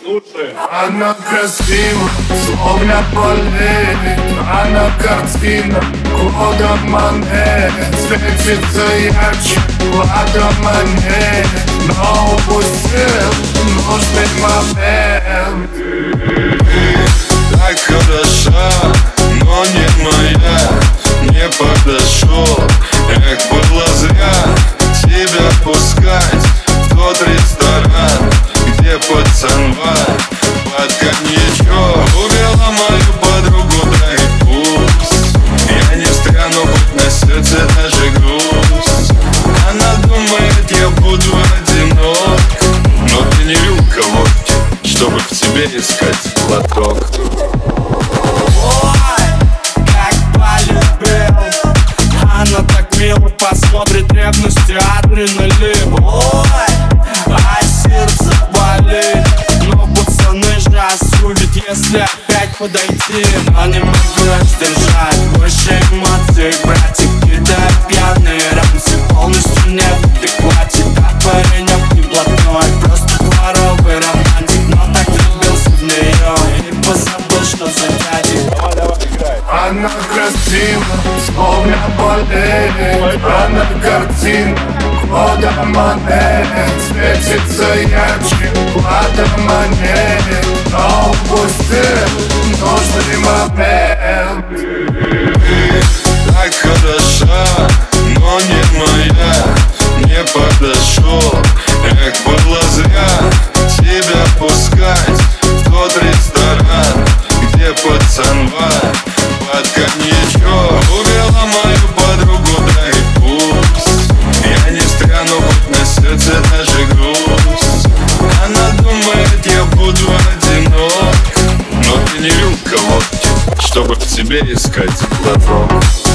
Слушай. Она красива, словно полет. Она картина, кодом монет. Светится ярче, кладом монет. Но упустил нужный момент. Так хороша, но не моя. Не подошел, эх, было зря тебя пускать в тот ресторан, где пацанва под коньячок увела мою подругу, да и пусть. Я не стану, хоть на сердце даже грусть. Она думает, я буду одинок, но ты не рюмка водки, чтобы в тебе искать глоток. Она так мило посмотрит, ревностью адреналин. Ой, а сердце болит. Но пацаны же осудят, если опять подойти. Но не могу сдержать больше эмоций. Братик, кидая пьяные рамсы, полностью не в адеквате. Да, паренек не блатной, просто дворовый романтик. Но так влюбился в нее и позабыл, что за дядей. Давай, играй. Она красива, словно полет. Она картина, кодом монет. Светится ярче, кладом монет. Но упустил нужный момент. Так хороша, но не моя. Не подошел, эх, было зря тебя пускать в тот ресторан, где пацанва под коньячок увела мою подругу, да и пусть. Я не стану, хоть на сердце даже грусть. Она думает, я буду одинок, но ты не рюмка водки, чтобы в тебе искать глоток.